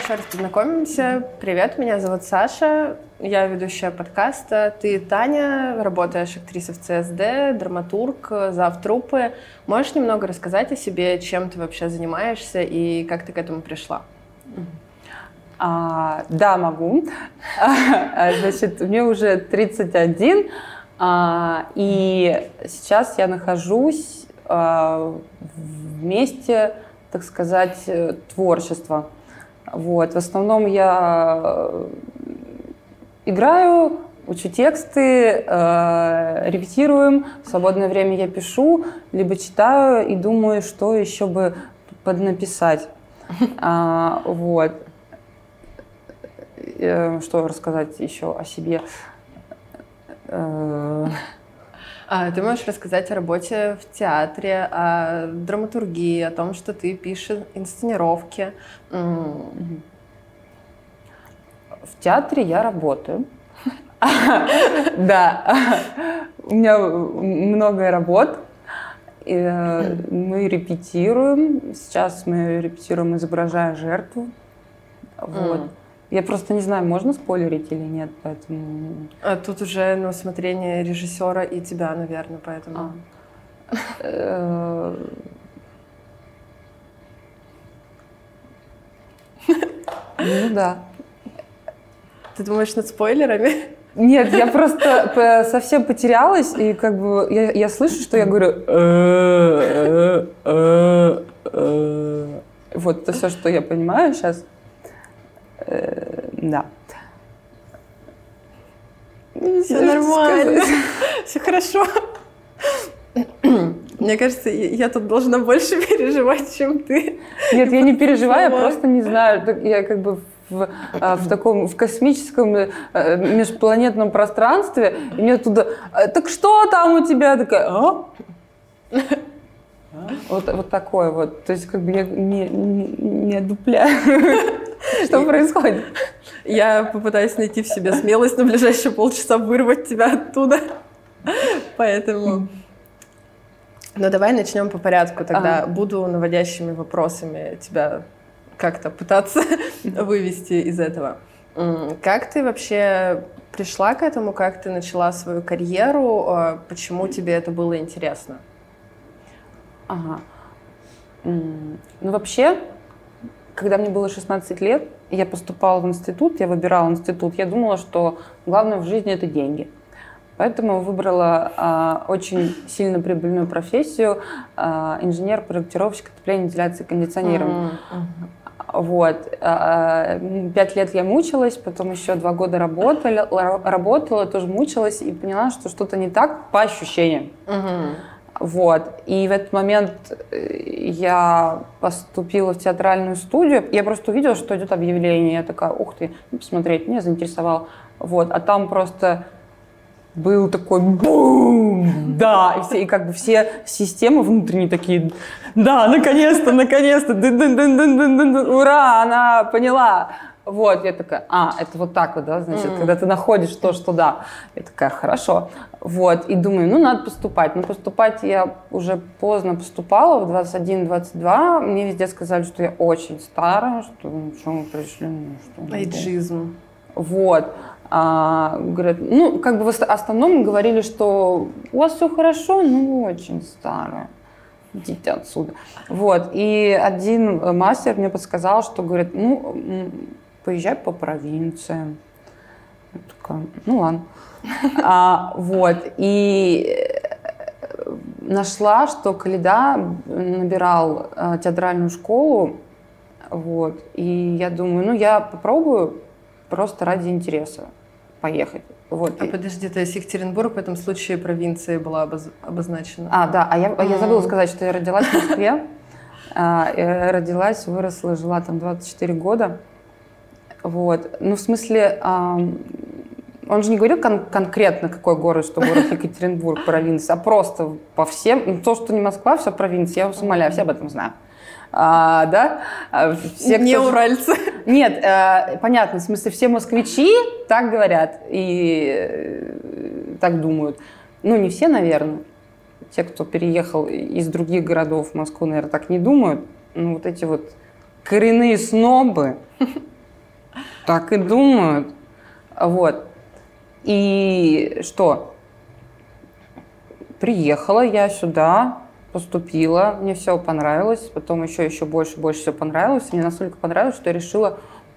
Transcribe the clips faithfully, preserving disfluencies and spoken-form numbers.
еще раз познакомимся. Привет, меня зовут Саша, я ведущая подкаста. Ты Таня, работаешь актрисой в ЦСД, драматург, зав. Труппы. Можешь немного рассказать о себе, чем ты вообще занимаешься и как ты к этому пришла? А, да, могу. Значит, мне уже тридцать один, а, и сейчас я нахожусь а, в месте, так сказать, творчества. Вот. В основном я играю, учу тексты, э, репетируем. В свободное время я пишу, либо читаю и думаю, что еще бы поднаписать. А, вот. Что рассказать еще о себе? А ты можешь рассказать о работе в театре, о драматургии, о том, что ты пишешь инсценировки? В театре я работаю. Да, у меня много работ. Мы репетируем. Сейчас мы репетируем, изображая жертву. Вот. Я просто не знаю, можно спойлерить или нет, поэтому... А тут уже на усмотрение режиссера и тебя, наверное, поэтому... Ну да. Ты думаешь над спойлерами? Нет, я просто совсем потерялась, и как бы я, я слышу, что я говорю... Вот это все, что я понимаю сейчас. Да. Все нормально, все хорошо. Мне кажется, я тут должна больше переживать, чем ты. Нет, я не переживаю, я просто не знаю. Я как бы в, в таком в космическом межпланетном пространстве, и мне туда. Так что там у тебя? Такая. А? Вот, вот такое вот. То есть как бы я не, не, не одупляю. Что происходит? Я попытаюсь найти в себе смелость на ближайшие полчаса вырвать тебя оттуда. Поэтому... Ну, давай начнем по порядку тогда. А. Буду наводящими вопросами тебя как-то пытаться вывести из этого. Как ты вообще пришла к этому? Как ты начала свою карьеру? Почему тебе это было интересно? Ага. Ну, вообще... Когда мне было шестнадцать лет, я поступала в институт, я выбирала институт, я думала, что главное в жизни – это деньги. Поэтому выбрала а, очень сильно прибыльную профессию а, инженер-проектировщик отопления, вентиляции, кондиционирования. Mm-hmm. Вот. А, пять лет я мучилась, потом еще два года работала, работала, тоже мучилась и поняла, что что-то не так по ощущениям. Mm-hmm. Вот. И в этот момент я поступила в театральную студию. Я просто увидела, что идет объявление. Я такая, ух ты, ну, посмотреть, меня заинтересовало. Вот. А там просто был такой бум! Да! И, все, и как бы все системы внутренние такие, да, наконец-то, наконец-то! Ура! Она поняла! Вот, я такая, а, это вот так вот, да, значит, mm-hmm. когда ты находишь то, что да. Я такая, хорошо. Вот, и думаю, ну, надо поступать. Но поступать я уже поздно поступала, в двадцать один - двадцать два. Мне везде сказали, что я очень старая, что, ну, что мы пришли, ну, что... Эйджизм. Вот. А, говорят, ну, как бы в основном говорили, что у вас все хорошо, ну, очень старая. Идите отсюда. Вот, и один мастер мне подсказал, что, говорит, ну, поезжай по провинциям. Я такая, ну ладно. А, вот, и нашла, что Коляда набирал а, театральную школу, вот, и я думаю, ну, я попробую просто ради интереса поехать. Вот. А подожди, то есть Екатеринбург в этом случае провинцией была обоз... обозначена? А, да, а я, mm-hmm. я забыла сказать, что я родилась в Москве. Я родилась, выросла, жила там двадцать четыре года. Вот. Ну, в смысле, он же не говорил кон- конкретно, какой город, что город Екатеринбург, провинция, а просто по всем, ну, то, что не Москва, все провинция, я вас умоляю, все об этом знают. А, да? Все, не кто... уральцы. Нет, а, понятно, в смысле, все москвичи так говорят и так думают. Ну, не все, наверное. Те, кто переехал из других городов в Москву, наверное, так не думают. Ну, вот эти вот коренные снобы, Так и думают. Вот. И что? Приехала я сюда, поступила, мне все понравилось, потом еще, еще больше, больше все понравилось. Мне настолько понравилось, что я решила,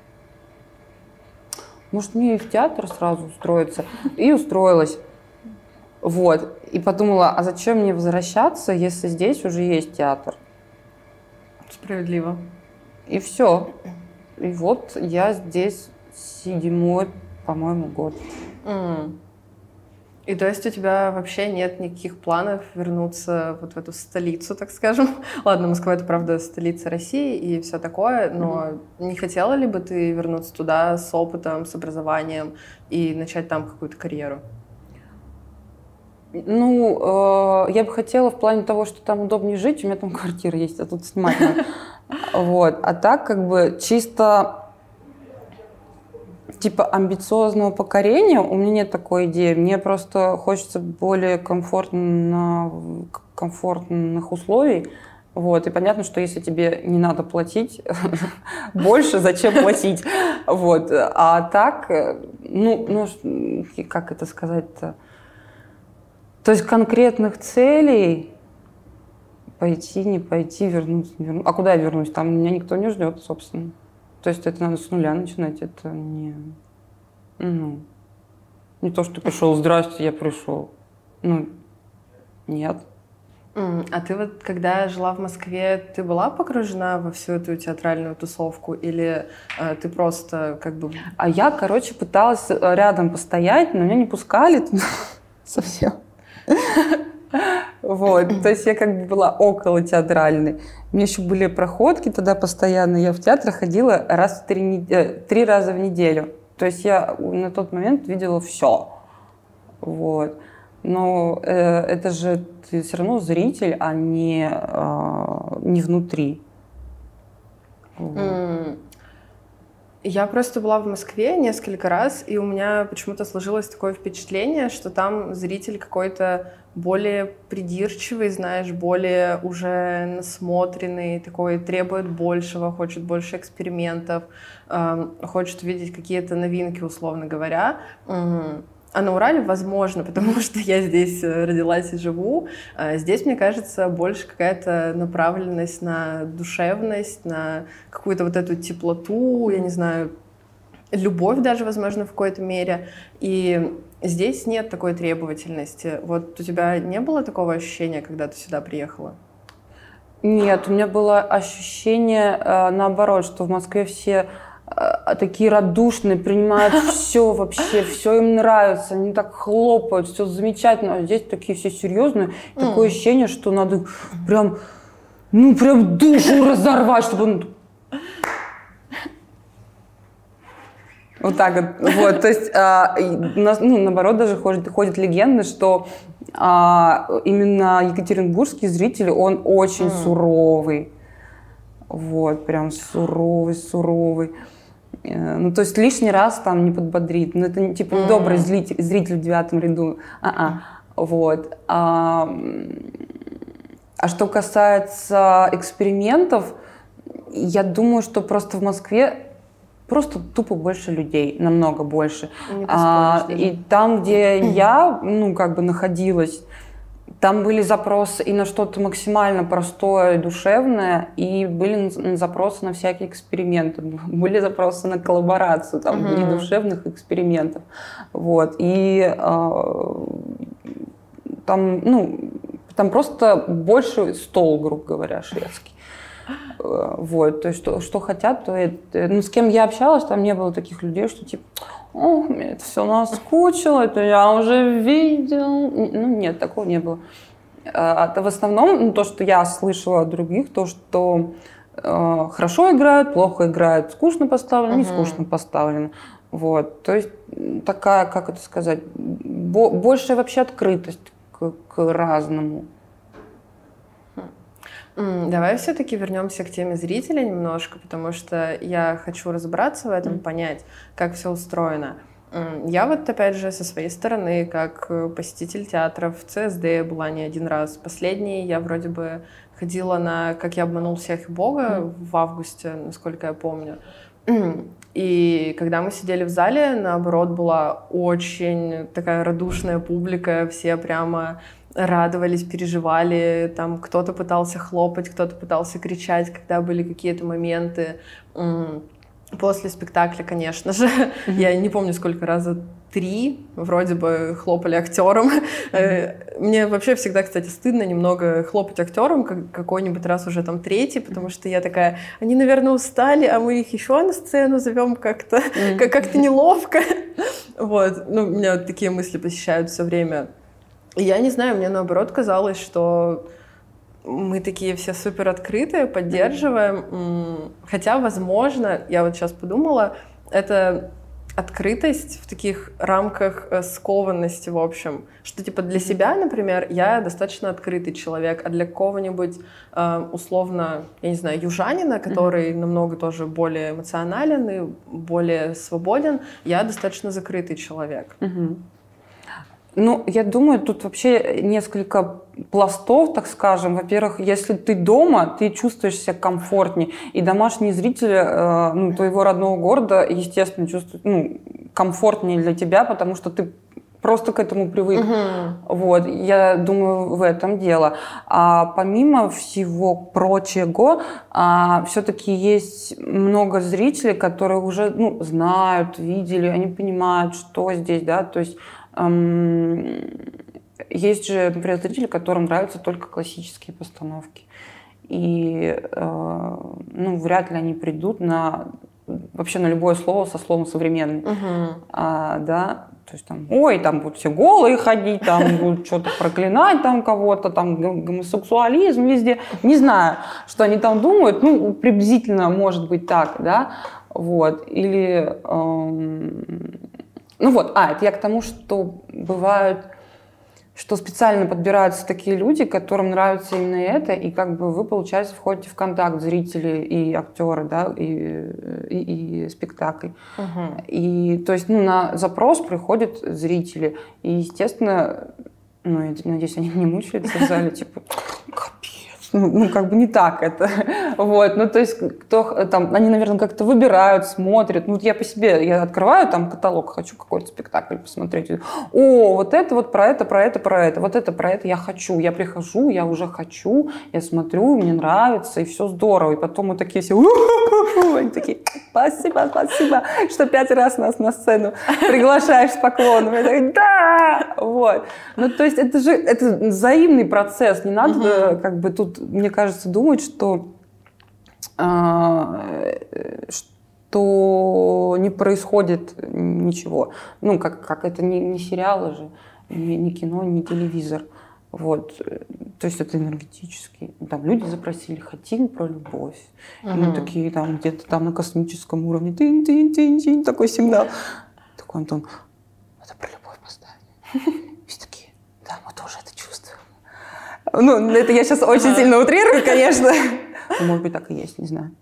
может, мне и в театр сразу устроиться. И устроилась. Вот. И подумала, а зачем мне возвращаться, если здесь уже есть театр? Справедливо. И все. И вот я здесь седьмой, по-моему, год. Mm. И то есть у тебя вообще нет никаких планов вернуться вот в эту столицу, так скажем? Ладно, Москва — это, правда, столица России и все такое, но mm-hmm. не хотела ли бы ты вернуться туда с опытом, с образованием и начать там какую-то карьеру? Ну, э, я бы хотела в плане того, что там удобнее жить, у меня там квартира есть, а тут снимать надо. Вот. А так, как бы, чисто типа амбициозного покорения у меня нет такой идеи. Мне просто хочется более комфортно, комфортных условий. Вот. И понятно, что если тебе не надо платить больше, зачем платить? Вот. А так, ну, ну, как это сказать-то? То есть конкретных целей пойти, не пойти, вернуться, не вернуться. А куда я вернусь? Там меня никто не ждет, собственно. То есть это надо с нуля начинать, это не... Ну, не то, что пришел, здрасте, я пришел. Ну, нет. Mm. А ты вот, когда жила в Москве, ты была погружена во всю эту театральную тусовку или э, ты просто как бы... А я, короче, пыталась рядом постоять, но меня не пускали совсем. Вот, то есть я как бы была около театральной. У меня еще были проходки тогда постоянно. Я в театр ходила раз в три, э, три раза в неделю. То есть я на тот момент видела все. Вот. Но э, это же ты все равно зритель, а не, э, не внутри. Вот. Mm. Я просто была в Москве несколько раз, и у меня почему-то сложилось такое впечатление, что там зритель какой-то более придирчивый, знаешь, более уже насмотренный, такой требует большего, хочет больше экспериментов, э, хочет видеть какие-то новинки, условно говоря. А на Урале, возможно, потому что я здесь родилась и живу, здесь, мне кажется, больше какая-то направленность на душевность, на какую-то вот эту теплоту, я не знаю, любовь даже, возможно, в какой-то мере. И здесь нет такой требовательности. Вот у тебя не было такого ощущения, когда ты сюда приехала? Нет, у меня было ощущение наоборот, что в Москве все... такие радушные, принимают все вообще, все им нравится, они так хлопают, все замечательно, а здесь такие все серьезные, mm. такое ощущение, что надо прям, ну прям душу разорвать, чтобы он... Вот так вот, вот, то есть, а, ну, наоборот, даже ходит, ходит легенда, что а, именно екатеринбургский зритель, он очень mm. суровый, вот, прям суровый, суровый. Ну, то есть лишний раз там не подбодрит. Ну, это типа mm-hmm. добрый зритель, зритель в девятом ряду. А-а. Вот. А, а что касается экспериментов, я думаю, что просто в Москве просто тупо больше людей, намного больше. А, и там, где mm-hmm. я, ну, как бы находилась, там были запросы и на что-то максимально простое, душевное, и были запросы на всякие эксперименты, были запросы на коллаборацию, там, uh-huh. недушевных экспериментов. Вот. И э, там, ну, там просто больше стол, грубо говоря, шведский. Вот. То есть что, что хотят, то это... Ну, с кем я общалась, там не было таких людей, что типа, о, мне это все наскучило, это я уже видел. Ну, нет, такого не было. А в основном, ну, то, что я слышала от других, то, что э, хорошо играют, плохо играют, скучно поставлено, uh-huh. не скучно поставлено. Вот. То есть такая, как это сказать, бо- большая вообще открытость к, к разному. Давай все-таки вернемся к теме зрителя немножко, потому что я хочу разобраться в этом, mm. понять, как все устроено. Я вот, опять же, со своей стороны, как посетитель театров, в ЦСД была не один раз. Последний я вроде бы ходила на «Как я обманул всех и Бога» mm. в августе, насколько я помню. И когда мы сидели в зале, наоборот, была очень такая радушная публика, все прямо радовались, переживали, там кто-то пытался хлопать, кто-то пытался кричать, когда были какие-то моменты. После спектакля, конечно же, mm-hmm. я не помню, сколько раза, три, вроде бы хлопали актерам. Mm-hmm. Мне вообще всегда, кстати, стыдно немного хлопать актерам, как какой-нибудь раз уже там третий, потому что я такая, они, наверное, устали, а мы их еще на сцену зовем как-то, mm-hmm. как- как-то неловко. Вот, ну, у меня такие мысли посещают все время. И я не знаю, мне наоборот казалось, что мы такие все супер открытые, поддерживаем. Хотя, возможно, я вот сейчас подумала, это открытость в таких рамках скованности, в общем. Что, типа, для себя, например, я достаточно открытый человек, а для какого-нибудь, условно, я не знаю, южанина, который mm-hmm. намного тоже более эмоционален и более свободен, я достаточно закрытый человек. Mm-hmm. Ну, я думаю, тут вообще несколько пластов, так скажем. Во-первых, если ты дома, ты чувствуешь себя комфортнее. И домашние зрители э, ну, твоего родного города, естественно, чувствуют ну, комфортнее для тебя, потому что ты просто к этому привык. Угу. Вот, я думаю, в этом дело. А помимо всего прочего, а, все-таки есть много зрителей, которые уже ну, знают, видели, они понимают, что здесь, да, то есть есть же, например, зрители, которым нравятся только классические постановки. И э, ну, вряд ли они придут на вообще на любое слово со словом современный. Uh-huh. А, да? То есть там, ой, там будут все голые ходить, там будут что-то проклинать там кого-то, там гомосексуализм везде. Не знаю, что они там думают. Ну, приблизительно может быть так, да. Вот. Или... Эм, Ну вот, а, это я к тому, что бывают, что специально подбираются такие люди, которым нравится именно это, и как бы вы, получается, входите в контакт, зрители и актеры, да, и, и, и спектакль. Угу. И, то есть, ну, на запрос приходят зрители, и, естественно, ну, я надеюсь, они не мучаются в зале, типа, капец. Ну, как бы не так это. Вот. Ну, то есть, кто там, они, наверное, как-то выбирают, смотрят. Ну, вот я по себе, я открываю там каталог, хочу какой-то спектакль посмотреть. О, вот это вот про это, про это, про это. Вот это про это я хочу. Я прихожу, я уже хочу, я смотрю, мне нравится, и все здорово. И потом мы такие все, они такие, спасибо, спасибо, что пять раз нас на сцену приглашаешь с поклоном. Я такая, да! Вот. Ну, то есть, это же это взаимный процесс. Не надо uh-huh. как бы тут, мне кажется, думать, что, э, что не происходит ничего. Ну, как, как это не, не сериалы же, не, не кино, не телевизор. Вот. То есть это энергетически. Там люди запросили, хотим про любовь. Uh-huh. И мы такие там где-то там на космическом уровне. Тынь-тынь-тынь-тынь, такой сигнал. Такой Антон, это про любовь поставь. Все такие, да, мы тоже это чувствуем. Ну, это я сейчас очень uh-huh. сильно утрирую, конечно. Может быть, так и есть, не знаю.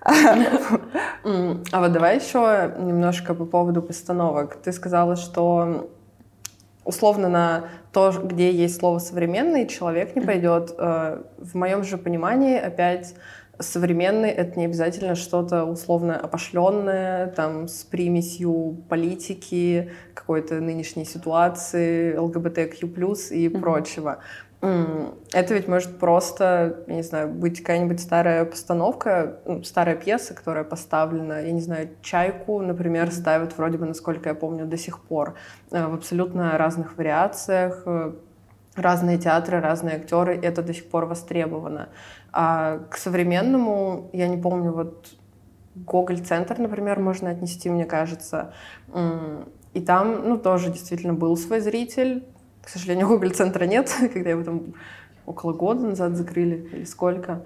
А вот давай еще немножко по поводу постановок. Ты сказала, что условно на то, где есть слово «современный», человек не пойдет. В моем же понимании, опять, современный — это не обязательно что-то условно опошленное, там, с примесью политики, какой-то нынешней ситуации, эл гэ бэ тэ кью плюс и mm-hmm. прочего. Это ведь может просто, я не знаю, быть какая-нибудь старая постановка, старая пьеса, которая поставлена, я не знаю, «Чайку», например, mm-hmm. ставят вроде бы, насколько я помню, до сих пор в абсолютно разных вариациях, разные театры, разные актеры, это до сих пор востребовано. А к современному, я не помню, вот Гоголь-центр, например, можно отнести, мне кажется, и там, ну, тоже действительно был свой зритель. К сожалению, Гоголь-центра нет, когда его там около года назад закрыли, или сколько.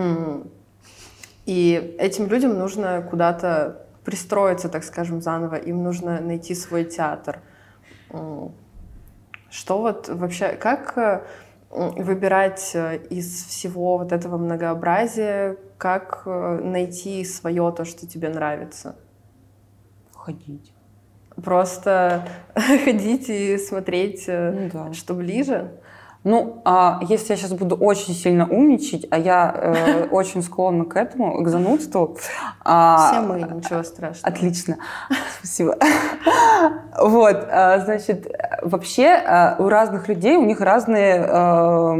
И этим людям нужно куда-то пристроиться, так скажем, заново. Им нужно найти свой театр. Что вот вообще, как выбирать из всего вот этого многообразия, как найти свое, то, что тебе нравится? Ходить. Просто ходить и смотреть, ну, да. что ближе? Ну, а если я сейчас буду очень сильно умничать, а я э, очень склонна к этому, к занудству. А, Все мы, ничего страшного. Отлично, спасибо. Вот, а, значит, вообще а, у разных людей, у них разные, а,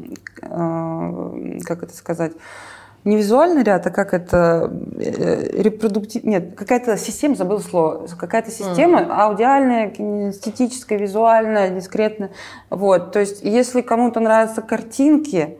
а, как это сказать, не визуальный ряд, а как это, репродуктив... Нет, какая-то система, забыла слово, какая-то система mm. аудиальная, эстетическая, визуальная, дискретная. Вот, то есть если кому-то нравятся картинки,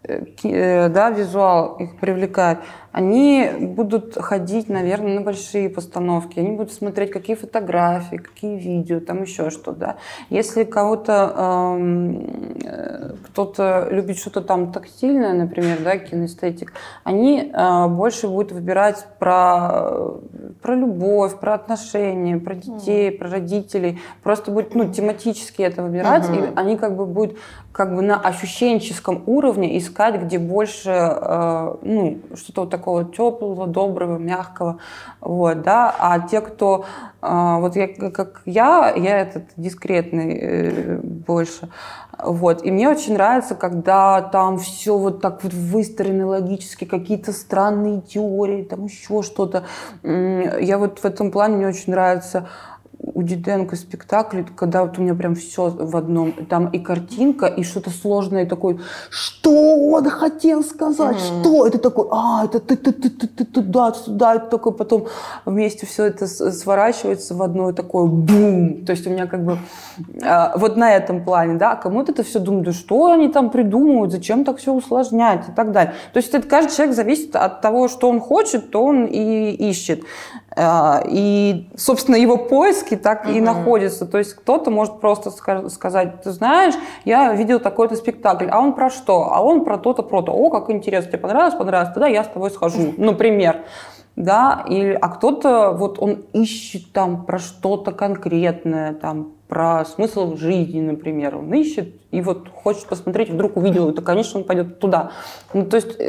да, визуал их привлекает, они будут ходить, наверное, на большие постановки, они будут смотреть, какие фотографии, какие видео, там еще что-то. Да. Если кого-то, э, кто-то любит что-то там тактильное, например, да, кинестетик, они э, больше будут выбирать про, про любовь, про отношения, про детей, mm. про родителей, просто будут, ну, тематически это выбирать, mm-hmm. и они как бы будут как бы на ощущенческом уровне искать, где больше, э, ну, что-то вот такого теплого, доброго, мягкого, вот, да, а те, кто, э, вот я, как я, я этот дискретный э, больше, вот, и мне очень нравится, когда там все вот так вот выстроено логически, какие-то странные теории, там еще что-то, я вот в этом плане, мне очень нравится у Диденко спектакль, когда вот у меня прям все в одном. Там и картинка, и что-то сложное, и такой, что он хотел сказать, mm-hmm. что? Это такой, а, это ты, ты, ты, ты, ты туда, сюда, это такой потом вместе все это сворачивается в одно такое бум. То есть у меня как бы а, вот на этом плане, да, кому-то это все думает, да что они там придумывают, зачем так все усложнять и так далее. То есть это каждый человек зависит от того, что он хочет, то он и ищет. И, собственно, его поиски так mm-hmm. и находятся. То есть кто-то может просто сказать, ты знаешь, я видел такой-то спектакль, а он про что? А он про то-то, про-то. О, как интересно, тебе понравилось? Понравилось? Тогда я с тобой схожу, например. Да? Или, а кто-то, вот он ищет там про что-то конкретное, там, про смысл жизни, например. Он ищет и вот хочет посмотреть, вдруг увидел, то, конечно, он пойдет туда. Ну, то есть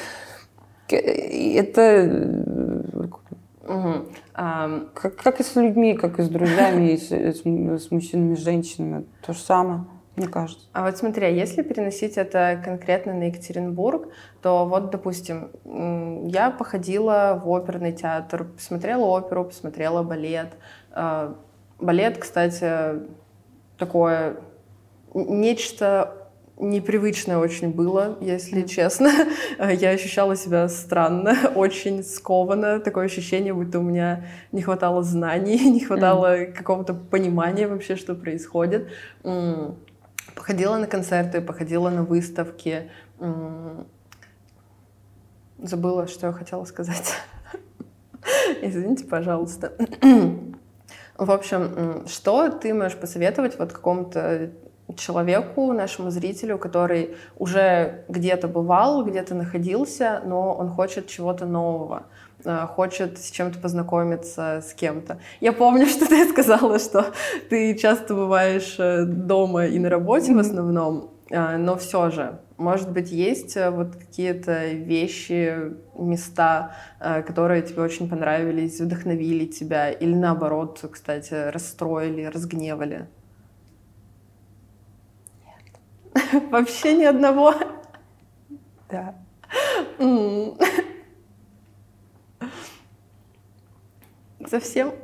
это... Угу. Um, как, как и с людьми, как и с друзьями, и с, с, с мужчинами, с женщинами. То же самое, мне кажется. А вот смотри, если переносить это конкретно на Екатеринбург, то вот, допустим, я походила в оперный театр, посмотрела оперу, посмотрела балет. Балет, кстати, такое нечто непривычное очень было, если честно. Я ощущала себя странно, очень скованно. Такое ощущение, будто у меня не хватало знаний, не хватало mm. какого-то понимания вообще, что происходит. Походила на концерты, походила на выставки. Забыла, что я хотела сказать. Извините, пожалуйста. В общем, что ты можешь посоветовать вот какому-то человеку, нашему зрителю, который уже где-то бывал, где-то находился, но он хочет чего-то нового, хочет с чем-то познакомиться, с кем-то. Я помню, что ты сказала, что ты часто бываешь дома и на работе mm-hmm. в основном, но все же, может быть, есть вот какие-то вещи, места, которые тебе очень понравились, вдохновили тебя или наоборот, кстати, расстроили, разгневали? Вообще ни одного? Да. Mm. Совсем?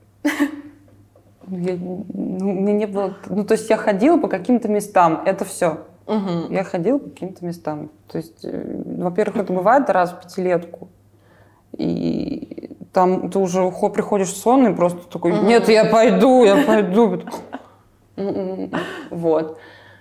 Я, ну, у меня не было... Ну, то есть я ходила по каким-то местам, это все. Угу. Я ходила по каким-то местам. То есть, во-первых, это бывает раз в пятилетку. И там ты уже приходишь в сон и просто такой, угу. нет, я пойду, я пойду. Вот.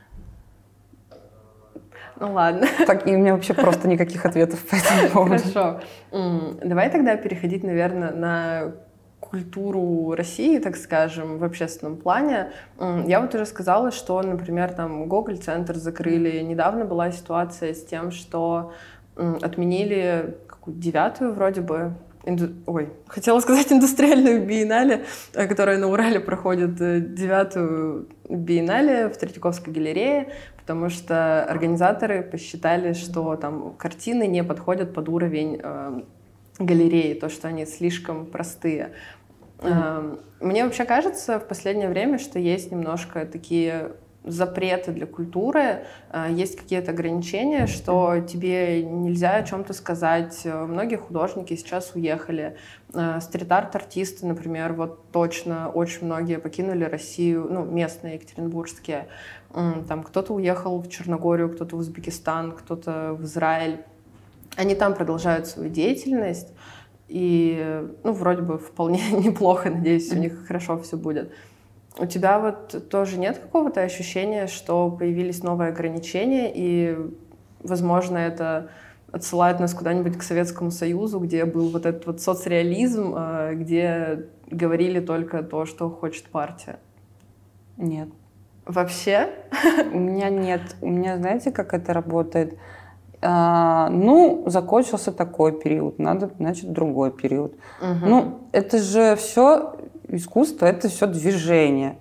Ну ладно. Так, и у меня вообще просто никаких ответов по этому поводу. Хорошо. Давай тогда переходить, наверное, на культуру России, так скажем, в общественном плане. Я вот уже сказала, что, например, там Гоголь-центр закрыли. Недавно была ситуация с тем, что отменили какую-то девятую вроде бы, Инду... Ой, хотела сказать индустриальную биеннале, которая на Урале проходит девятую биеннале в Третьяковской галерее, потому что организаторы посчитали, что там картины не подходят под уровень э, галереи, то, что они слишком простые. Mm. Э, мне вообще кажется в последнее время, что есть немножко такие запреты для культуры, есть какие-то ограничения, что тебе нельзя о чем-то сказать. Многие художники сейчас уехали. Стрит-арт-артисты, например, вот точно очень многие покинули Россию, ну, местные, екатеринбургские. Там кто-то уехал в Черногорию, кто-то в Узбекистан, кто-то в Израиль. Они там продолжают свою деятельность, и, ну, вроде бы вполне неплохо, надеюсь, у них хорошо все будет. У тебя вот тоже нет какого-то ощущения, что появились новые ограничения, и, возможно, это отсылает нас куда-нибудь к Советскому Союзу, где был вот этот вот соцреализм, где говорили только то, что хочет партия? Нет. Вообще? У меня нет. У меня, знаете, как это работает? А, ну, закончился такой период, надо, значит, другой период. Угу. Ну, это же все искусство, это все движение.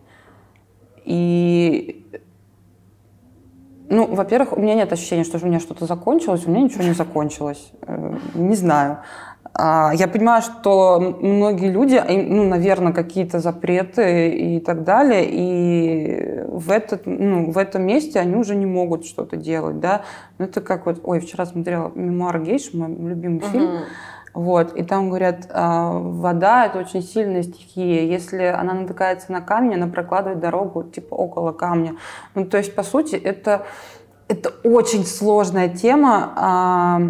И, ну, во-первых, у меня нет ощущения, что у меня что-то закончилось, у меня ничего не закончилось. Не знаю. Я понимаю, что многие люди, ну, наверное, какие-то запреты и так далее, и в, этот, ну, в этом месте они уже не могут что-то делать, да. Ну, это как вот, ой, вчера смотрела «Мемуары гейши», мой любимый uh-huh. фильм, вот, и там говорят, вода – это очень сильная стихия, если она натыкается на камень, она прокладывает дорогу, типа, около камня. Ну, то есть, по сути, это, это очень сложная тема.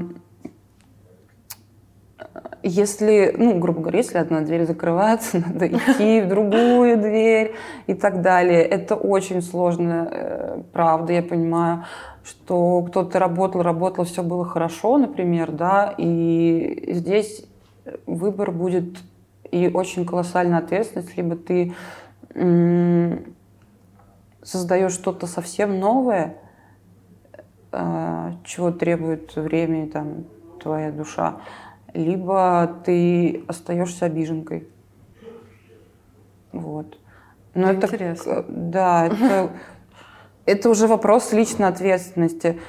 Если, ну, грубо говоря, если одна дверь закрывается, надо идти в другую дверь и так далее. Это очень сложно, правда, я понимаю, что кто-то работал, работал, все было хорошо, например, да, и здесь выбор будет и очень колоссальная ответственность, либо ты м- создаешь что-то совсем новое, э- чего требует время, там, твоя душа, либо ты остаешься обиженкой. Вот. Но это, интересно. Да, это, это уже вопрос личной ответственности.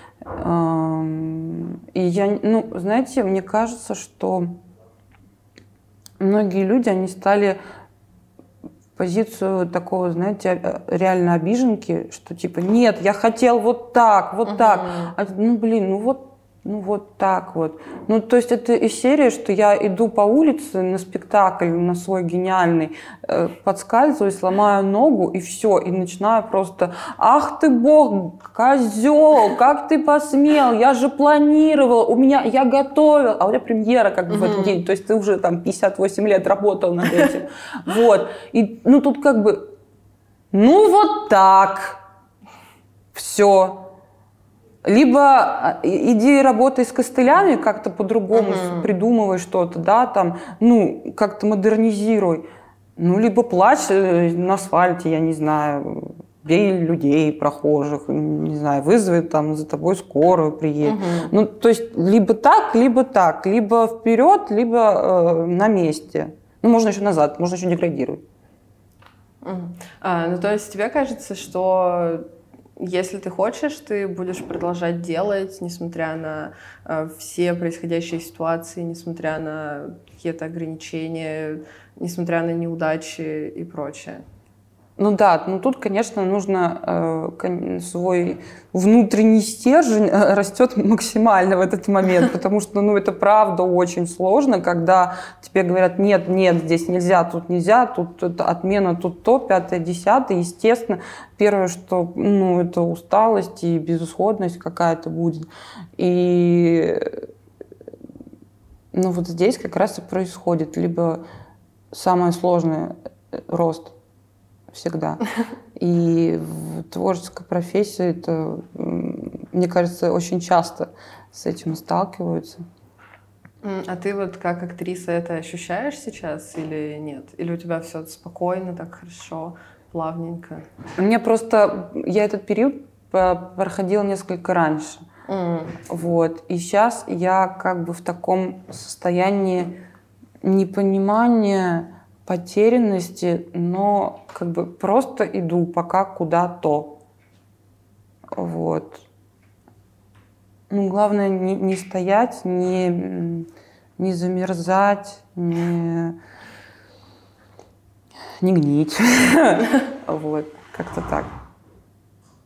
И я, ну, знаете, мне кажется, что многие люди, они стали в позицию такого, знаете, реально обиженки, что типа, нет, я хотел вот так, вот uh-huh. так. А, ну, блин, ну вот Ну вот так вот. Ну то есть это из серии, что я иду по улице на спектакль, на свой гениальный, э, подскальзываюсь, ломаю ногу и все, и начинаю просто: ах ты бог, козел, как ты посмел, я же планировала, у меня, я готовила, а у меня премьера как бы в этот день, то есть ты уже там пятьдесят восемь лет работал над этим. Вот. И ну тут как бы, ну вот так, все. Либо иди работай с костылями, как-то по-другому uh-huh. придумывай что-то, да, там, ну, как-то модернизируй. Ну, либо плачь на асфальте, я не знаю, бей людей, прохожих, не знаю, вызови там за тобой скорую, приедет. Uh-huh. Ну, то есть, либо так, либо так, либо вперед, либо э, на месте. Ну, можно еще назад, можно еще деградировать. Uh-huh. А, ну, то есть, тебе кажется, что если ты хочешь, ты будешь продолжать делать, несмотря на э, все происходящие ситуации, несмотря на какие-то ограничения, несмотря на неудачи и прочее. Ну да, ну тут, конечно, нужно э, свой внутренний стержень растет максимально в этот момент, потому что, ну, это правда очень сложно, когда тебе говорят: нет, нет, здесь нельзя, тут нельзя, тут это отмена, тут то, пятое, десятое. Естественно, первое, что, ну, это усталость и безысходность какая-то будет. И, ну, вот здесь как раз и происходит либо самое сложное — рост. Всегда. И в творческой профессии это, мне кажется, очень часто с этим сталкиваются. А ты вот как актриса это ощущаешь сейчас или нет? Или у тебя все спокойно, так хорошо, плавненько? Мне просто... Я этот период проходила несколько раньше. Mm. Вот. И сейчас я как бы в таком состоянии непонимания, потерянности, но как бы просто иду пока куда-то. Вот. Ну, главное не, не стоять, не, не замерзать, не, не гнить. Вот, как-то так.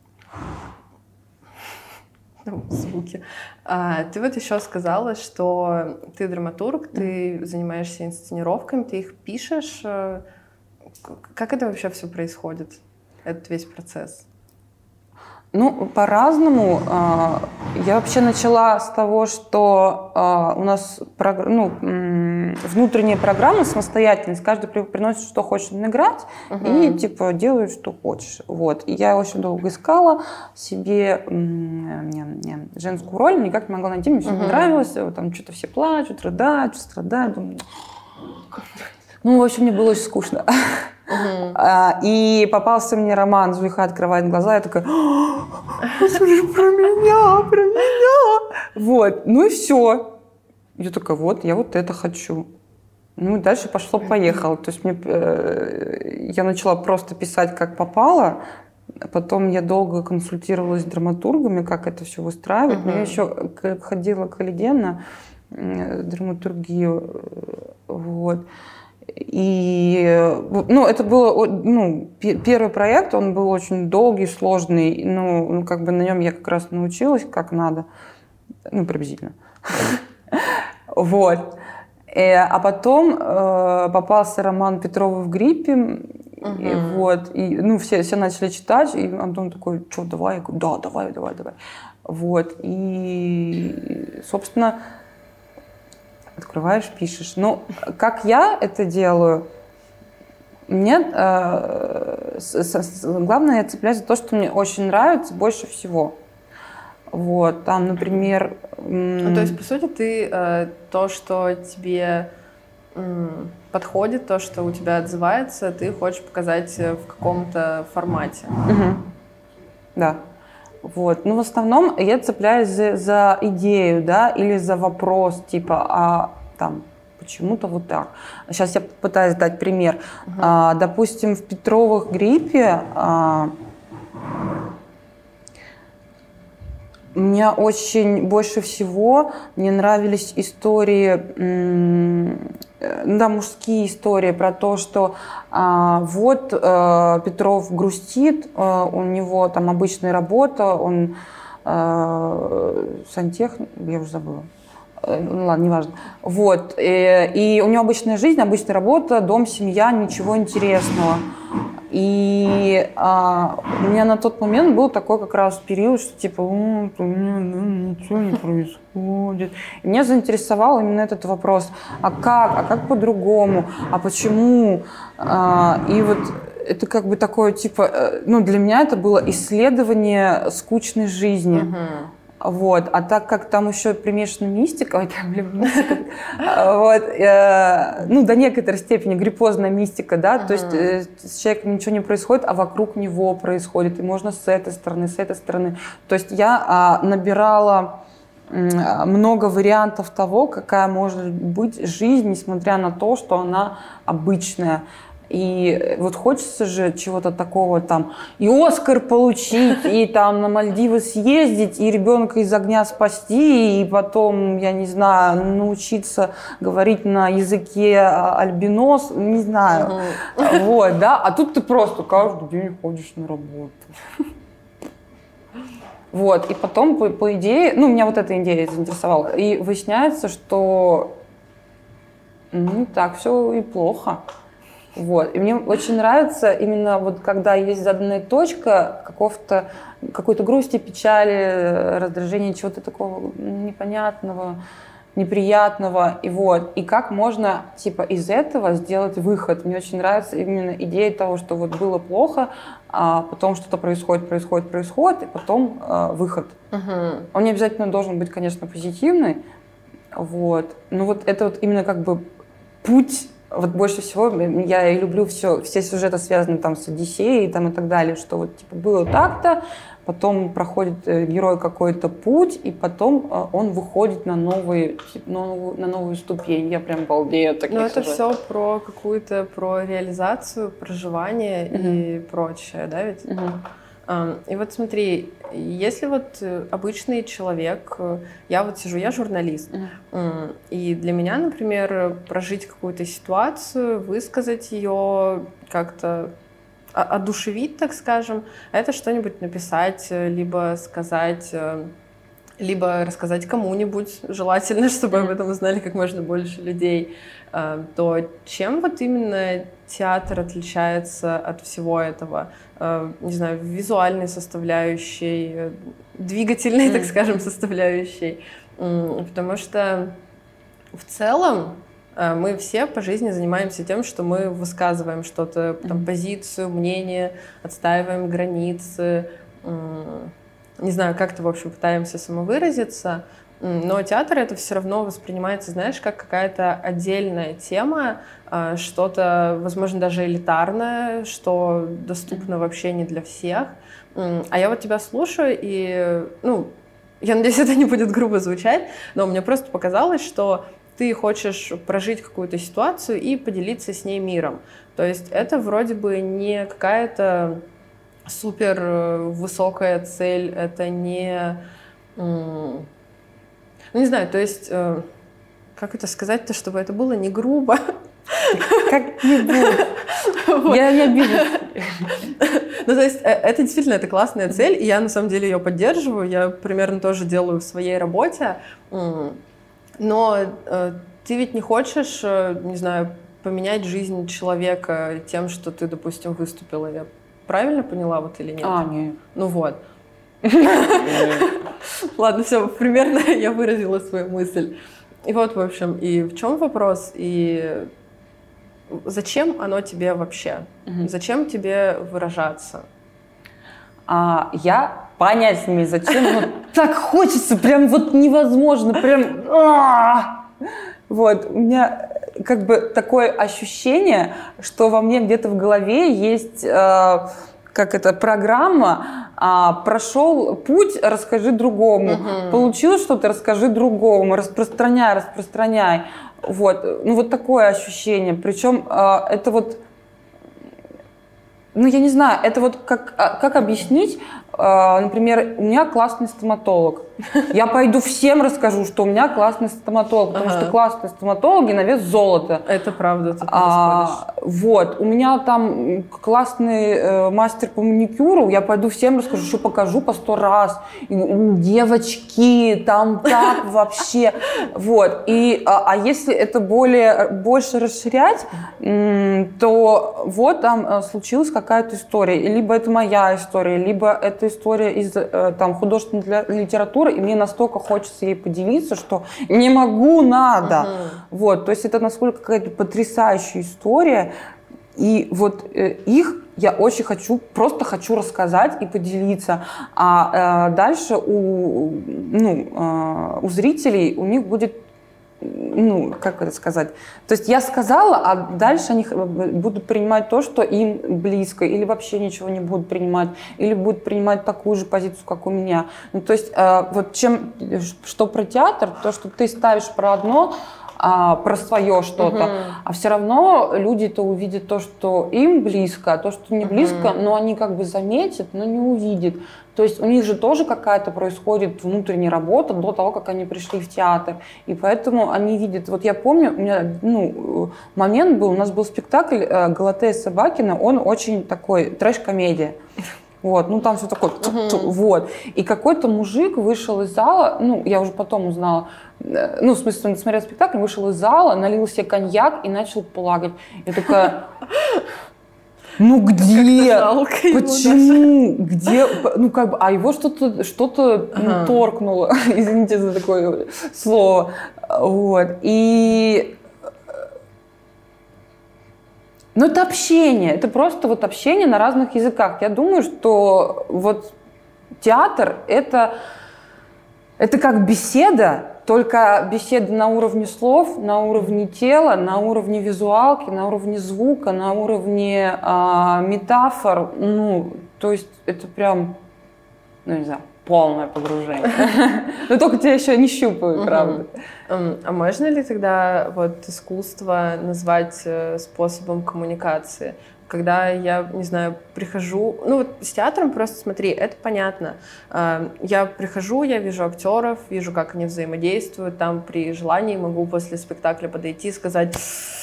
Ну, звуки. А, ты вот еще сказала, что ты драматург, ты занимаешься инсценировками, ты их пишешь. Как это вообще все происходит, этот весь процесс? Ну, по-разному. Я вообще начала с того, что у нас ну, внутренняя программа, самостоятельность. Каждый приносит, что хочет играть, uh-huh. и типа делает, что хочешь. Вот. И я очень долго искала себе женскую роль, никак не могла найти, мне все uh-huh. не нравилось. Там что-то все плачут, рыдают, страдают. Думаю, ну, в общем, мне было очень скучно. Uh-huh. А, и попался мне роман «Зулейха открывает глаза», я такая, это же про меня, про меня. Вот, ну и все. Я такая, вот, я вот это хочу. Ну и дальше пошло-поехало. То есть мне, э, я начала просто писать, как попало. Потом я долго консультировалась с драматургами, как это все выстраивать. Uh-huh. Но я еще ходила к Алиде на э, драматургию. Вот. И, ну, это был, ну, первый проект, он был очень долгий, сложный, ну, ну, как бы на нем я как раз научилась, как надо, ну, приблизительно. Вот. А потом попался роман Петрова «В гриппе», вот, и, ну, все, все начали читать, и Антон такой, что, давай? Я говорю, да, давай, давай, давай. Вот, и, собственно, открываешь, пишешь. Ну, как я это делаю, мне э, с, с, главное, я цепляюсь за то, что мне очень нравится больше всего. Вот, там, например... Ну, то есть, по сути, ты э, то, что тебе э, подходит, то, что у тебя отзывается, ты хочешь показать в каком-то формате. Угу. Да. Вот. Ну, в основном я цепляюсь за, за идею, да, или за вопрос, типа, а там, почему-то вот так. Сейчас я пытаюсь дать пример. Uh-huh. А, допустим, в Петровых «Гриппе» а, мне очень больше всего мне нравились истории, м- да, мужские истории про то, что а, вот а, Петров грустит, а, у него там обычная работа, он а, сантехник, я уже забыла. Ну ладно, неважно. Вот. И, и у него обычная жизнь, обычная работа, дом, семья, ничего интересного. И а, у меня на тот момент был такой как раз период, что типа, ну, ничего не происходит. И меня заинтересовал именно этот вопрос. А как? А как по-другому? А почему? А, и вот это как бы такое, типа, ну, для меня это было исследование скучной жизни. Uh-huh. Вот. А так как там еще примешана мистика, ой, там, блин, мистика, вот, э, ну, до некоторой степени гриппозная мистика, да, uh-huh. то есть э, с человеком ничего не происходит, а вокруг него происходит, и можно с этой стороны, с этой стороны. То есть я э, набирала э, много вариантов того, какая может быть жизнь, несмотря на то, что она обычная. И вот хочется же чего-то такого там, и Оскар получить, и там на Мальдивы съездить, и ребенка из огня спасти, и потом, я не знаю, научиться говорить на языке альбинос, не знаю. Uh-huh. Вот, да, а тут ты просто каждый день ходишь на работу. Вот, и потом, по, по идее, ну, меня вот эта идея заинтересовала, и выясняется, что не так все и плохо. Вот. И мне очень нравится именно вот когда есть заданная точка какого-то, какой-то грусти, печали, раздражения, чего-то такого непонятного, неприятного. И, вот. И как можно типа из этого сделать выход. Мне очень нравится именно идея того, что вот было плохо, а потом что-то происходит, происходит, происходит, и потом э, выход. Uh-huh. Он не обязательно должен быть, конечно, позитивный. Вот. Но вот это вот именно как бы путь. Вот больше всего я и люблю все, все сюжеты, связанные там с Одиссеей там, и так далее, что вот типа было так-то, потом проходит герой какой-то путь, и потом он выходит на, новые, новую, на новую ступень. Я прям балдею от таких. Но это все про какую-то, про реализацию, проживание uh-huh. и прочее, да, ведь? Uh-huh. И вот смотри, если вот обычный человек, я вот сижу, я журналист, mm. и для меня, например, прожить какую-то ситуацию, высказать ее, как-то одушевить, так скажем, это что-нибудь написать, либо сказать либо рассказать кому-нибудь, желательно, чтобы об этом узнали как можно больше людей, то чем вот именно театр отличается от всего этого? Не знаю, визуальной составляющей, двигательной, так скажем, составляющей. Потому что в целом мы все по жизни занимаемся тем, что мы высказываем что-то, там, позицию, мнение, отстаиваем границы, не знаю, как-то, в общем, пытаемся самовыразиться, но театр это все равно воспринимается, знаешь, как какая-то отдельная тема, что-то, возможно, даже элитарное, что доступно вообще не для всех. А я вот тебя слушаю, и, ну, я надеюсь, это не будет грубо звучать, но мне просто показалось, что ты хочешь прожить какую-то ситуацию и поделиться с ней миром. То есть это вроде бы не какая-то супер высокая цель, это не... Ну, не знаю, то есть, как это сказать-то, чтобы это было не грубо? Как-нибудь. Я не обижусь. Ну, то есть, это действительно, это классная цель, и я, на самом деле, ее поддерживаю, я примерно тоже делаю в своей работе, но ты ведь не хочешь, не знаю, поменять жизнь человека тем, что ты, допустим, выступила, я правильно поняла вот или нет? А, нет. Ну вот. Ладно, все, примерно я выразила свою мысль. И вот, в общем, и в чем вопрос, и зачем оно тебе вообще? Угу. Зачем тебе выражаться? А, я понять не имею, зачем, но так хочется, прям вот невозможно, прям... Вот, у меня как бы такое ощущение, что во мне где-то в голове есть, э, как это, программа, э, прошел путь, расскажи другому, uh-huh. получил что-то, расскажи другому, распространяй, распространяй. Вот, ну вот такое ощущение, причем э, это вот, ну я не знаю, это вот как, как объяснить, э, например, у меня классный стоматолог. Я пойду всем расскажу, что у меня классный стоматолог, потому ага. что классные стоматологи на вес золота. Это правда, ты а, Вот, у меня там классный э, мастер по маникюру, я пойду всем расскажу, что покажу по сто раз. Девочки, там так вообще. Вот, и, а, а если это более, больше расширять, то вот там случилась какая-то история. Либо это моя история, либо это история из там, художественной литературы, и мне настолько хочется ей поделиться, что не могу, надо. Uh-huh. Вот, то есть это насколько какая-то потрясающая история, и вот э, их я очень хочу, просто хочу рассказать и поделиться, а э, дальше у, ну, э, у зрителей у них будет, ну, как это сказать, то есть я сказала, а дальше они будут принимать то, что им близко, или вообще ничего не будут принимать, или будут принимать такую же позицию, как у меня. Ну, то есть вот чем, что про театр, то, что ты ставишь про одно, а, про свое что-то, uh-huh. а все равно люди-то увидят то, что им близко, а то, что не близко, uh-huh. но они как бы заметят, но не увидят. То есть у них же тоже какая-то происходит внутренняя работа до того, как они пришли в театр. И поэтому они видят... Вот я помню, у меня ну, момент был, у нас был спектакль Галатея Собакина, он очень такой трэш-комедия. Вот, ну там все такое, uh-huh. вот. И какой-то мужик вышел из зала, ну, я уже потом узнала, ну, в смысле, он смотрел спектакль, вышел из зала, налил себе коньяк и начал плакать. Я такая... Ну где? Почему? Где? Ну как бы, а его что-то, что-то ага. ну, торкнуло, извините за такое слово, вот. И, ну это общение, это просто вот общение на разных языках. Я думаю, что вот театр это, это как беседа. Только беседа на уровне слов, на уровне тела, на уровне визуалки, на уровне звука, на уровне а, метафор. Ну, то есть это прям, ну не знаю, полное погружение. Но только тебя еще не щупают, правда. А можно ли тогда вот искусство назвать способом коммуникации? Когда я, не знаю, прихожу... Ну вот с театром просто смотри, это понятно. Я прихожу, я вижу актеров, вижу, как они взаимодействуют. Там при желании могу после спектакля подойти и сказать: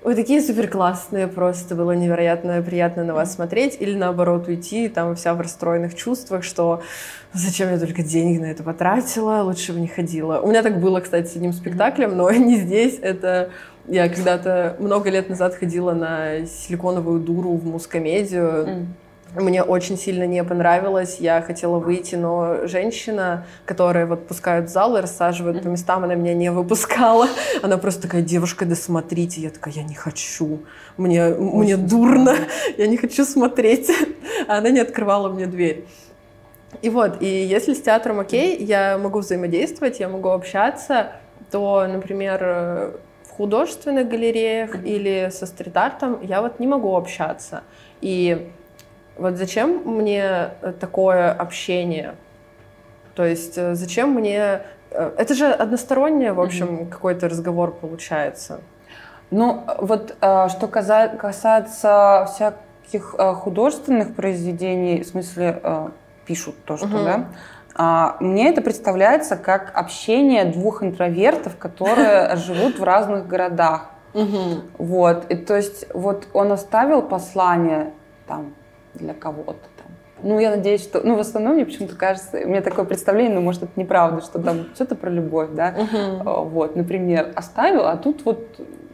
Вы такие супер классные, просто было невероятно приятно на вас смотреть, или наоборот уйти, там вся в расстроенных чувствах, что зачем я только денег на это потратила, лучше бы не ходила. У меня так было, кстати, с одним спектаклем, но не здесь, это я когда-то много лет назад ходила на «Силиконовую дуру» в мускомедию. Mm. Мне очень сильно не понравилось, я хотела выйти, но женщина, которая вот пускают в зал и рассаживают mm-hmm. по местам, она меня не выпускала. Она просто такая: девушка, да смотрите. Я такая: я не хочу, мне, мне дурно, я не хочу смотреть. А она не открывала мне дверь. И вот, и если с театром окей, я могу взаимодействовать, я могу общаться, то, например, в художественных галереях mm-hmm. или со стрит-артом я вот не могу общаться. И вот зачем мне такое общение? То есть зачем мне... Это же одностороннее, в общем, mm-hmm. какой-то разговор получается. Ну, вот что касается всяких художественных произведений, в смысле, пишут то, что, mm-hmm. да, мне это представляется как общение двух интровертов, которые живут в разных городах. Mm-hmm. Вот, и то есть вот он оставил послание там для кого-то там. Ну, я надеюсь, что... Ну, в основном мне почему-то кажется... У меня такое представление, но, может, это неправда, что там что-то про любовь, да? Uh-huh. Вот, например, оставил, а тут вот...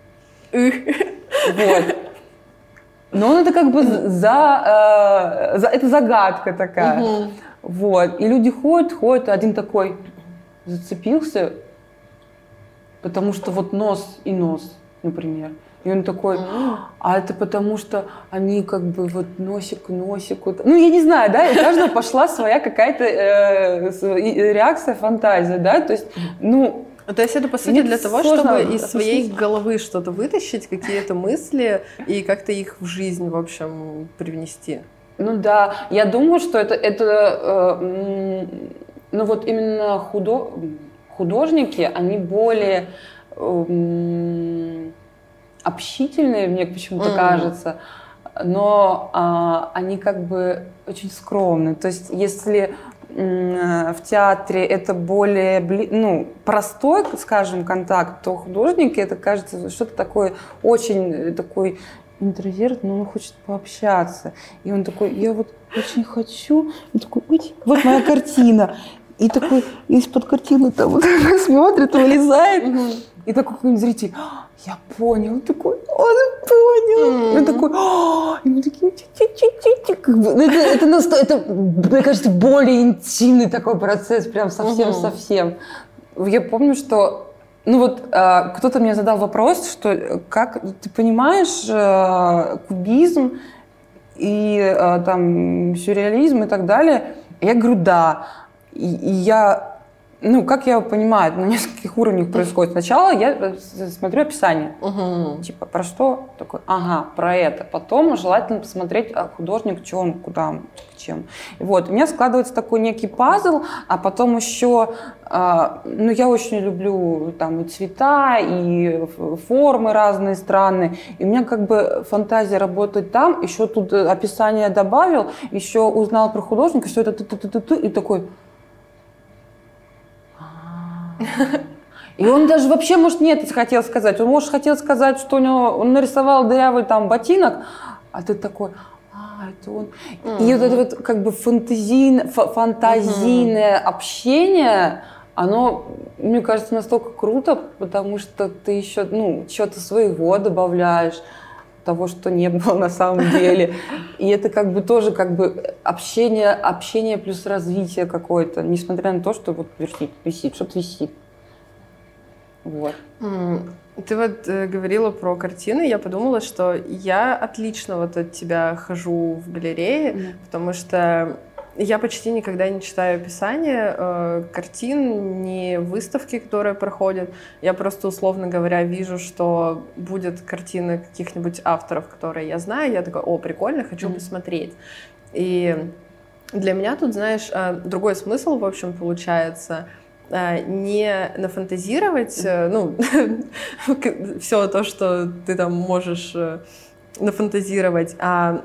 Вот. Но он это как бы за... Э, за это загадка такая. Uh-huh. Вот. И люди ходят, ходят, и один такой зацепился, потому что вот нос и нос, например. И он такой: а это потому что они как бы вот носик к носику. Ну, я не знаю, да, и у каждого пошла своя какая-то э, реакция, фантазия, да, то есть, ну... То есть это, по сути, для того, чтобы из своей головы что-то вытащить, какие-то мысли, и как-то их в жизнь, в общем, привнести. Ну да, я думаю, что это, это э, ну вот именно худо... художники, они более... Э, общительные, мне почему-то mm. кажется, но а, они как бы очень скромные. То есть если м, в театре это более ну, простой, скажем, контакт, то художники, это кажется что-то такое очень такой интроверт, но он хочет пообщаться. И он такой: я вот очень хочу. И такой: ой, вот моя картина. И такой из-под картины там вот смотрит, вылезает. Mm-hmm. И такой какой-нибудь зритель: я понял. Он такой: он понял. Mm-hmm. И он такой: и мы такие: это, это, это, мне кажется, более интимный такой процесс, прям совсем-совсем. Mm-hmm. Я помню, что, ну вот, кто-то мне задал вопрос, что как ты понимаешь кубизм и там сюрреализм и так далее. Я говорю: да. И, и я, ну, как я понимаю, на нескольких уровнях происходит. Сначала я смотрю описание. Uh-huh. Типа, про что? Такой: ага, про это. Потом желательно посмотреть, а художник, что он, куда он, к чем. И вот, у меня складывается такой некий пазл, а потом еще, э, ну, я очень люблю там и цвета, и формы разные, странные. И у меня как бы фантазия работает там, еще тут описание добавил, еще узнал про художника, все это, и такой... И он даже вообще, может, нет, хотел сказать. Он, может, хотел сказать, что у него, он нарисовал дырявый там ботинок, а ты такой: а, это он. Mm-hmm. И вот это вот как бы фантазийное, фантазийное mm-hmm. общение, оно, мне кажется, настолько круто, потому что ты еще, ну, что-то своего добавляешь, того, что не было на самом деле. И это как бы тоже как бы общение, общение плюс развитие какое-то, несмотря на то, что вот висит, висит, что-то висит. Вот. Ты вот э, говорила про картины, я подумала, что я отлично вот от тебя хожу в галерее, mm. потому что я почти никогда не читаю описания э, картин, ни выставки, которые проходят. Я просто, условно говоря, вижу, что будет картина каких-нибудь авторов, которые я знаю, я такая: о, прикольно, хочу mm. посмотреть. И для меня тут, знаешь, э, другой смысл, в общем, получается — не нафантазировать, ну, все то, что ты там можешь нафантазировать, а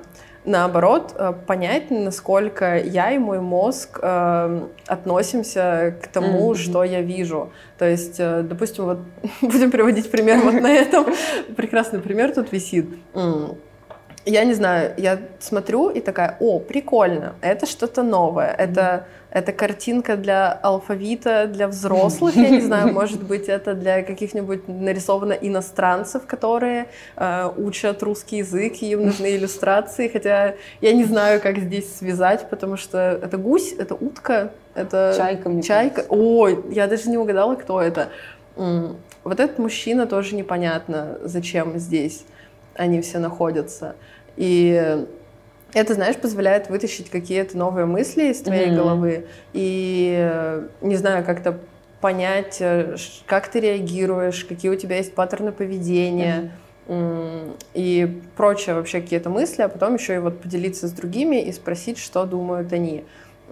наоборот, понять, насколько я и мой мозг э, относимся к тому, mm-hmm. что я вижу. То есть, э, допустим, вот будем приводить пример вот на этом. Прекрасный пример тут висит. Я не знаю, я смотрю и такая: о, прикольно, это что-то новое, это, это картинка для алфавита, для взрослых, я не знаю, может быть, это для каких-нибудь нарисовано иностранцев, которые э, учат русский язык, и им нужны иллюстрации, хотя я не знаю, как здесь связать, потому что это гусь, это утка, это чайка. Мне чайка. Ой, я даже не угадала, кто это. Вот этот мужчина тоже непонятно, зачем здесь они все находятся. И это, знаешь, позволяет вытащить какие-то новые мысли из твоей mm-hmm. головы и, не знаю, как-то понять, как ты реагируешь, какие у тебя есть паттерны поведения mm-hmm. и прочие вообще какие-то мысли, а потом еще и вот поделиться с другими и спросить, что думают они.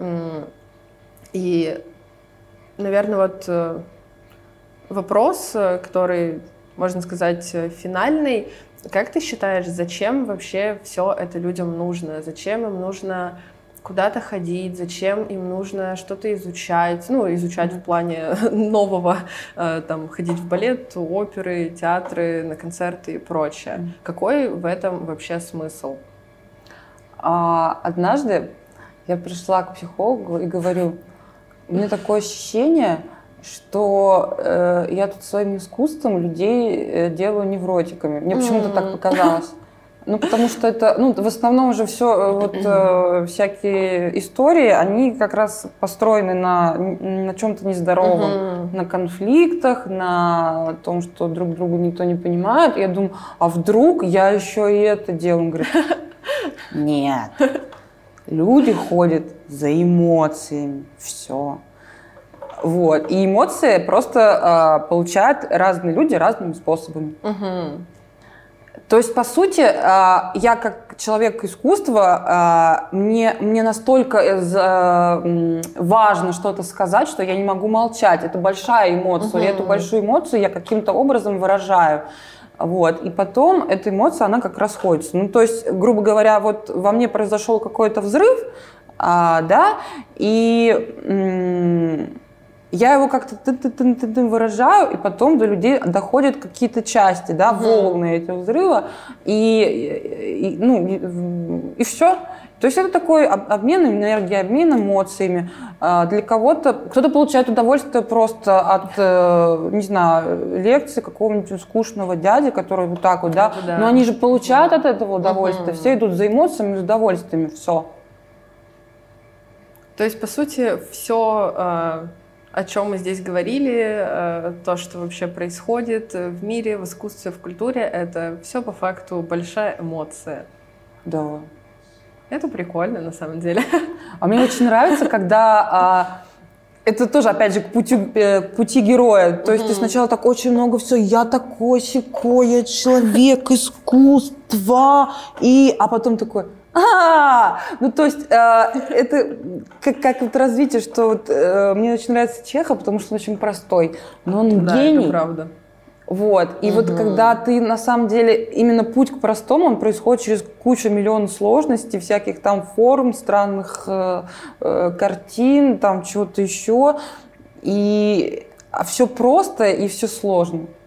И, наверное, вот вопрос, который, можно сказать, финальный. Как ты считаешь, зачем вообще все это людям нужно? Зачем им нужно куда-то ходить? Зачем им нужно что-то изучать? Ну, изучать mm-hmm. в плане нового, там, ходить в балет, оперы, театры, на концерты и прочее. Mm-hmm. Какой в этом вообще смысл? А, однажды я пришла к психологу и говорю: у меня такое ощущение, что э, я тут своим искусством людей э, делаю невротиками. Мне mm-hmm. почему-то так показалось. Ну, потому что это, ну, в основном же все, вот, э, всякие истории, они как раз построены на, на чем-то нездоровом, mm-hmm. на конфликтах, на том, что друг друга никто не понимает. Я думаю, а вдруг я еще и это делаю? Он говорит: нет, люди ходят за эмоциями, все. Вот. И эмоции просто э, получают разные люди разными способами. Угу. То есть, по сути, э, я как человек искусства, э, мне, мне настолько э, важно что-то сказать, что я не могу молчать. Это большая эмоция. Угу. И эту большую эмоцию я каким-то образом выражаю. Вот. И потом эта эмоция, она как расходится. Ну, то есть, грубо говоря, вот во мне произошел какой-то взрыв, а, да, и... М- я его как-то выражаю, и потом до людей доходят какие-то части, да, mm-hmm. волны этого взрыва, и, и, ну, и, и все. То есть это такой обмен энергией, обмен эмоциями. Для кого-то, кто-то получает удовольствие просто от, не знаю, лекции какого-нибудь скучного дяди, который вот так вот, да, да. но они же получают да. от этого удовольствие, mm-hmm. все идут за эмоциями, за удовольствиями, все. То есть, по сути, все... о чем мы здесь говорили, то, что вообще происходит в мире, в искусстве, в культуре, это все по факту большая эмоция. Да. Это прикольно, на самом деле. А мне очень нравится, когда... А, это тоже, опять же, к пути, к пути героя. То есть mm-hmm. ты сначала так очень много все, я такой, сякой, я человек искусства, и... а потом такой... А, ну то есть э, это как, как вот развитие, что вот, э, мне очень нравится Чехов, потому что он очень простой, но он да, гений. Это правда. Вот, и угу. вот когда ты на самом деле, именно путь к простому, он происходит через кучу миллион сложностей, всяких там форм, странных э, э, картин, там чего-то еще, и а все просто и все сложно.